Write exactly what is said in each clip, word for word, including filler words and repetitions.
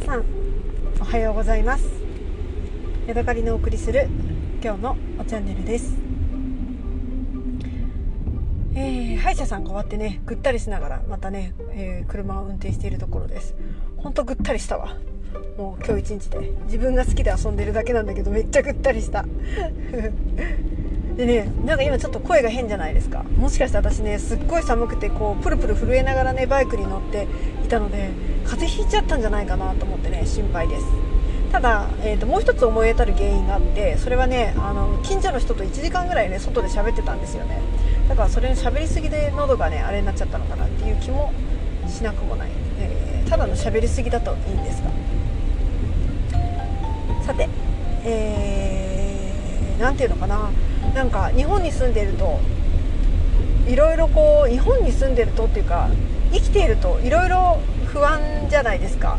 さんおはようございます。ヤドカリのお送りする今日のおチャンネルです。えー、歯医者さんが終わってね、ぐったりしながらまたね、えー、車を運転しているところです。ほんとぐったりしたわ。もう今日一日で自分が好きで遊んでるだけなんだけどめっちゃぐったりしたでね、なんか今ちょっと声が変じゃないですか。もしかして私ね、すっごい寒くてこうプルプル震えながらねバイクに乗っていたので風邪ひいちゃったんじゃないかなと思ってね、心配です。ただ、えー、ともう一つ思い当たる原因があって、それはね、あの近所の人といちじかんぐらいね外で喋ってたんですよね。だからそれに喋りすぎで喉がねあれになっちゃったのかなっていう気もしなくもない、えー、ただの喋りすぎだといいんですが、さて、えー、なんていうのかな、なんか日本に住んでいるといろいろこう日本に住んでいるとっていうか生きているといろいろ不安じゃないですか。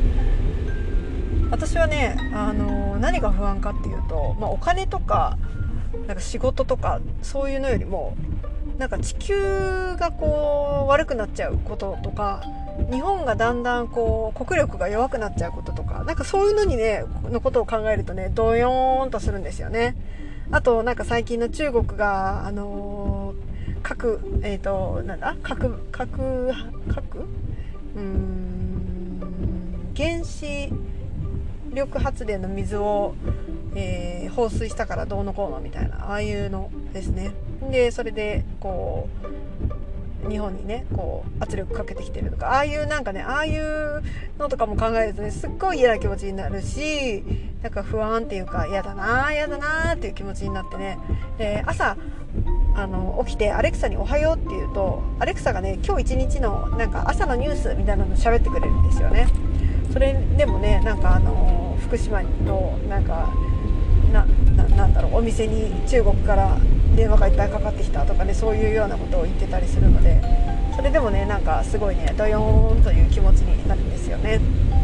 私はね、あの何が不安かっていうと、まあ、お金とかなんか仕事とかそういうのよりもなんか地球がこう悪くなっちゃうこととか、日本がだんだんこう国力が弱くなっちゃうこととか、なんかそういうのにねのことを考えるとねドヨーンとするんですよね。あとなんか最近の中国があのー、核えっ、ー、となんだ核核核うーん原子力発電の水を、えー、放水したからどうのこうのみたいな、ああいうのですね。でそれでこう日本にねこう圧力かけてきてるとか、ああいうなんかねああいうのとかも考えるとねすっごい嫌な気持ちになるし、なんか不安っていうか嫌だな嫌だなっていう気持ちになってね、で朝あの起きてアレクサにおはようって言うと、アレクサがね今日一日のなんか朝のニュースみたいなの喋ってくれるんですよね。それでもね、なんかあの福島のなんか な, な, なんだろうお店に中国から電話がいっぱいかかってきたとかね、そういうようなことを言ってたりするので、それでもねなんかすごいねドヨーンという気持ちになるんですよね。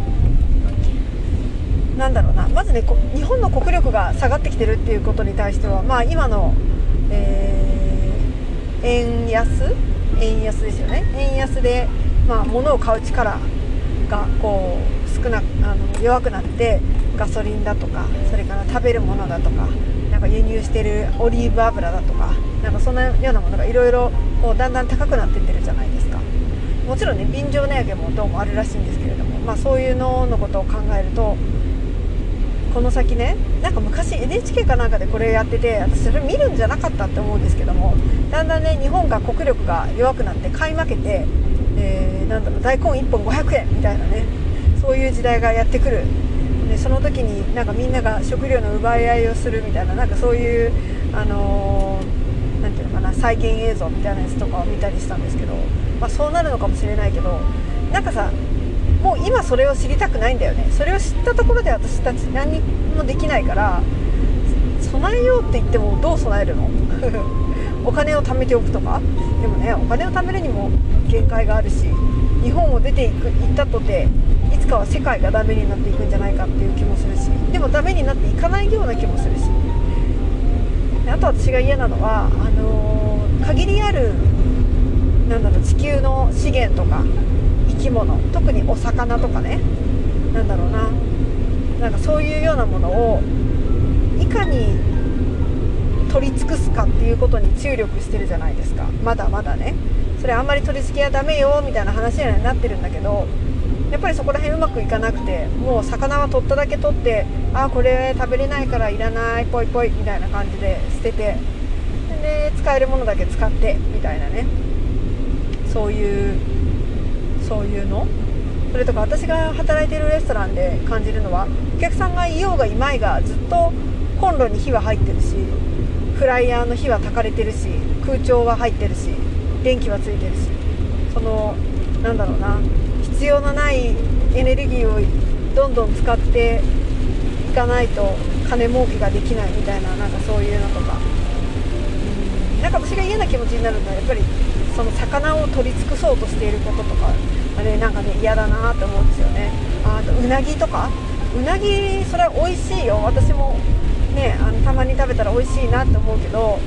なんだろうな、まずね日本の国力が下がってきてるっていうことに対しては、まあ今の、えー、円安円安ですよね。円安で、まあ、物を買う力がこう少なあの弱くなって、ガソリンだとかそれから食べるものだとかなんか輸入してるオリーブ油だとかなんかそんなようなものがいろいろだんだん高くなっていってるじゃないですか。もちろんね便乗値上げもどうもあるらしいんですけれども、まあ、そういうののことを考えるとこの先ね、なんか昔 エヌエイチケー かなんかでこれやってて、私それ見るんじゃなかったって思うんですけども、だんだんね日本が国力が弱くなって買い負けて、えー、なんだろう大根いっぽんごひゃくえんみたいなね、そういう時代がやってくる。でその時になんかみんなが食料の奪い合いをするみたいな、なんかそういうあのー、なんていうのかな再現映像みたいなやつとかを見たりしたんですけど、まあ、そうなるのかもしれないけど、なんかさもう今それを知りたくないんだよね。それを知ったところで私たち何もできないから、備えようって言ってもどう備えるのお金を貯めておくとか。でもねお金を貯めるにも限界があるし、日本を出ていく行ったとていつかは世界がダメになっていくんじゃないかっていう気もするし、でもダメになっていかないような気もするし、あと私が嫌なのはあのー、限りあるなんだろう地球の資源とか生き物、特にお魚とかね、なんだろうな、なんかそういうようなものをいかに取り尽くすかっていうことに注力してるじゃないですか。まだまだねそれあんまり取り付けはダメよみたいな話にはなってるんだけど、やっぱりそこら辺うまくいかなくて、もう魚は取っただけ取って、あこれ食べれないからいらないポイポイみたいな感じで捨てて、で使えるものだけ使ってみたいなね、そういうそういうの。それとか私が働いているレストランで感じるのは、お客さんがいようがいまいがずっとコンロに火は入ってるし、フライヤーの火は焚かれてるし、空調は入ってるし、電気はついてるし、そのなんだろうな、必要のないエネルギーをどんどん使っていかないと金儲けができないみたいな、なんかそういうのとか、うん、なんか私が嫌な気持ちになるのはやっぱりその魚を取り尽くそうとしていることとかあれなんかね嫌だなって思うんですよね。あとうなぎとか、うなぎそれは美味しいよ、私もねあのたまに食べたら美味しいなって思うけど、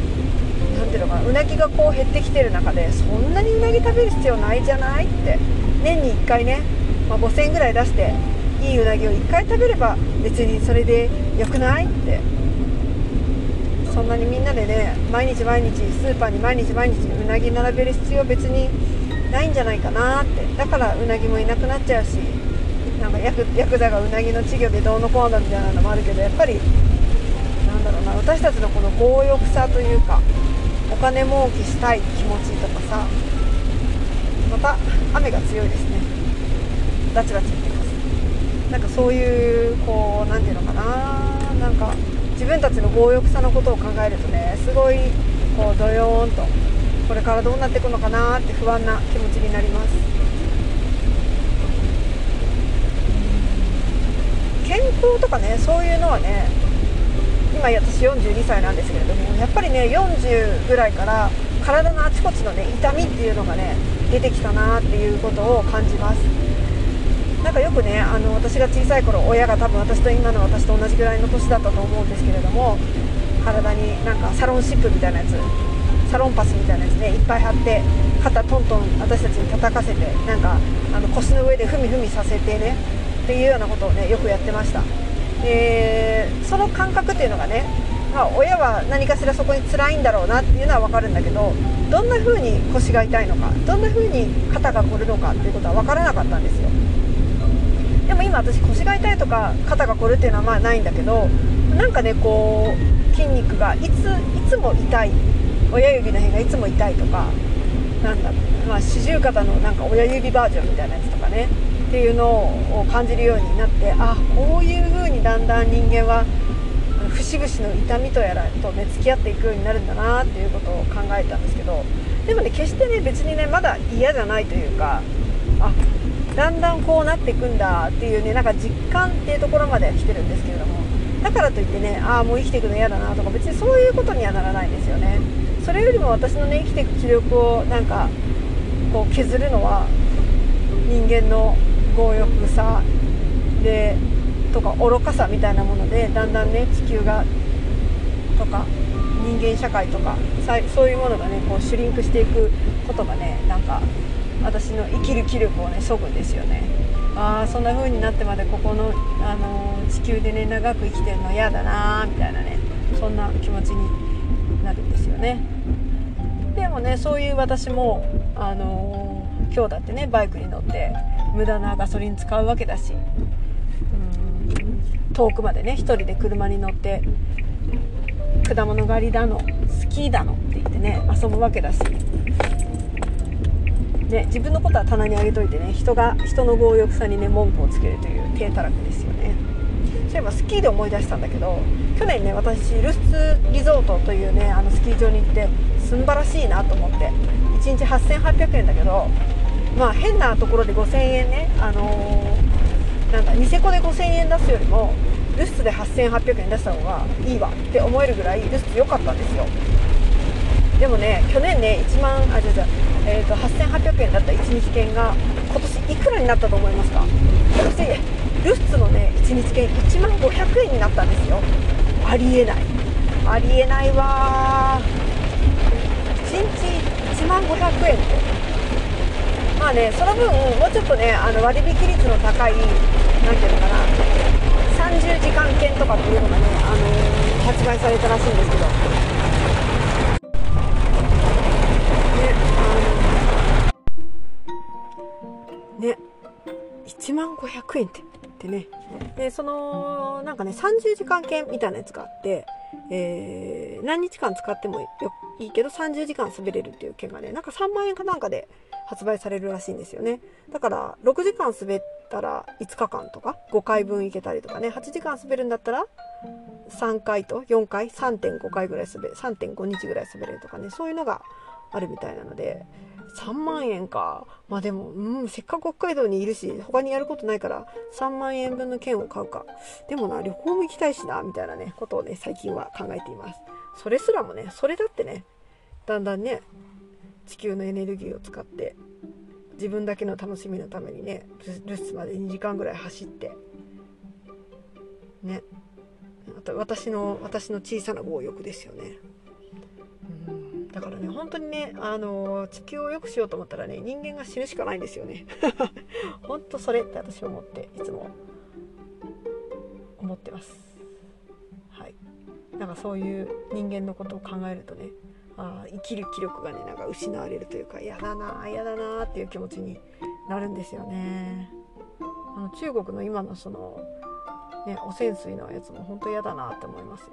なんていうのかな、うなぎがこう減ってきてる中でそんなにうなぎ食べる必要ないじゃないって年にいっかいね、まあ、ごせんえんぐらい出していいうなぎをいっかい食べれば別にそれでよくないって、そんなにみんなでね毎日毎日スーパーに毎日毎日うなぎ並べる必要別にないんじゃないかなって。だからうなぎもいなくなっちゃうし、なんかヤクヤクザがうなぎの稚魚でどうのこうのみたいなのもあるけど、やっぱりなんだろうな、私たちのこの強欲さというか、お金儲けしたい気持ちとかさ、また雨が強いですね。バチバチ言ってます。なんかそういうこうなんていうのかな、なんか自分たちの強欲さのことを考えるとね、すごいこうドヨーンとこれからどうなっていくのかなって不安な気持ちになります。健康とかね、そういうのはね、今私よんじゅうにさいなんですけれども、やっぱりねよんじゅうぐらいから体のあちこちのね痛みっていうのがね出てきたなっていうことを感じます。なんかよくね、あの私が小さい頃、親が多分私と今の私と同じぐらいの年だったと思うんですけれども、体になんかサロンシップみたいなやつ、サロンパスみたいなやつねいっぱい貼って肩トントン私たちに叩かせて、なんかあの腰の上でふみふみさせてねっていうようなことをねよくやってました。でその感覚っていうのがね、まあ、親は何かしらそこに辛いんだろうなっていうのは分かるんだけど、どんな風に腰が痛いのか、どんな風に肩が凝るのかっていうことは分からなかったんですよ。でも今私腰が痛いとか肩が凝るっていうのはまあないんだけど、なんかねこう筋肉がいついつも痛い、親指の辺がいつも痛いとか、なんだ、まあ、四十肩のなんか親指バージョンみたいなやつとかねっていうのを感じるようになって、あ、こういう風にだんだん人間は節々の痛みとやらとね付き合っていくようになるんだなっていうことを考えたんですけど、でもね決してね別にねまだ嫌じゃないというか、あ、だんだんこうなっていくんだっていうね、なんか実感っていうところまでは来てるんですけれども、だからといってね、ああもう生きていくの嫌だなとか別にそういうことにはならないんですよね。それよりも私のね生きていく気力をなんかこう削るのは人間の強欲さでとか愚かさみたいなもので、だんだんね地球がとか人間社会とかそういうものがねこうシュリンクしていくことがね、なんか私の生きる気力をね削ぐんですよね。ああそんな風になってまでここの、あのー、地球でね長く生きてるの嫌だなみたいなね、そんな気持ちになるんですよね。でもねそういう私も、あのー、今日だってねバイクに乗って無駄なガソリン使うわけだし、うん、遠くまでね一人で車に乗って果物狩りだのスキーだのって言ってね遊ぶわけだし、ね、自分のことは棚に上げといてね、人が人の強欲さにね文句をつけるという低たらくですよね。そういえばスキーで思い出したんだけど、去年ね私ルスツリゾートというねあのスキー場に行ってすんばらしいなと思って、いちにちはっせんはっぴゃくえんだけど、まあ変なところでごせんえんね、あのー、なんだニセコでごせんえん出すよりもルスツではっせんはっぴゃくえん出した方がいいわって思えるぐらいルスツ良かったんですよ。でもね去年ねいちまんあじゃじゃえー、とはっせんはっぴゃくえんだったいちにち券が今年いくらになったと思いますか？そしてルスツのねいちにち券いちまんごひゃくえんになったんですよ。ありえないありえないわー。いちにちいちまんごひゃくえんって、まあねその分もうちょっとねあの割引率の高いなんていうのかなさんじゅうじかん券とかっていうのがね、あのー、発売されたらしいんですけどね、いちまんごひゃくえんってってね。でそのなんかねさんじゅうじかん券みたいなやつがあって、えー、何日間使ってもよいいけどさんじゅうじかん滑れるっていう券がねなんかさんまんえんかなんかで発売されるらしいんですよね。だからろくじかん滑ったらいつかかんとかごかいぶん行けたりとかね、はちじかん滑るんだったらさんかいとよんかい さんてんごかいぐらい滑る さんてんごにちぐらい滑れるとかね、そういうのがあるみたいなのでさんまんえんか。まあでも、うん、せっかく北海道にいるし他にやることないからさんまんえんぶんの券を買うか。でもな旅行も行きたいしなみたいなねことをね最近は考えています。それすらもねそれだってねだんだんね地球のエネルギーを使って自分だけの楽しみのためにねルスツまでにじかんぐらい走ってね、あと私の私の小さな強欲ですよね。うんだからね本当にね、あの地球を良くしようと思ったらね人間が死ぬしかないんですよね本当それって私は思っていつも思ってます。はい、なんかそういう人間のことを考えるとね、あ生きる気力がねなんか失われるというか、嫌だな嫌だなっていう気持ちになるんですよね。あの中国の今のそのね汚染水のやつも本当嫌だなって思いますね。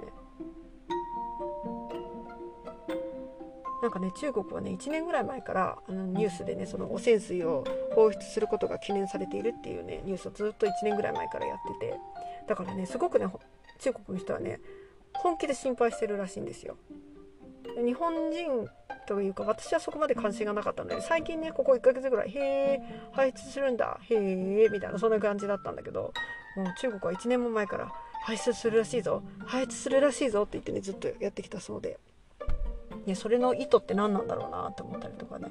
なんかね中国はねいちねんぐらい前からあのニュースでねその汚染水を放出することが懸念されているっていうねニュースをずっといちねんぐらい前からやってて、だからねすごくね中国の人はね本気で心配してるらしいんですよ。日本人というか私はそこまで関心がなかったので、最近ねここいっかげつぐらいへえ排出するんだへえみたいなそんな感じだったんだけど、もう中国はいちねんも前から排出するらしいぞ排出するらしいぞって言ってねずっとやってきたそうで、ね、それの意図って何なんだろうなって思ったりとかね、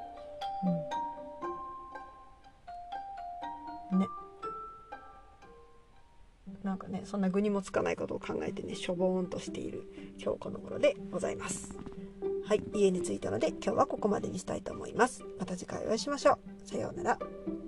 うん、ねなんかねそんな具にもつかないことを考えてねしょぼーんとしている今日この頃でございます。はい、家に着いたので今日はここまでにしたいと思います。また次回お会いしましょう。さようなら。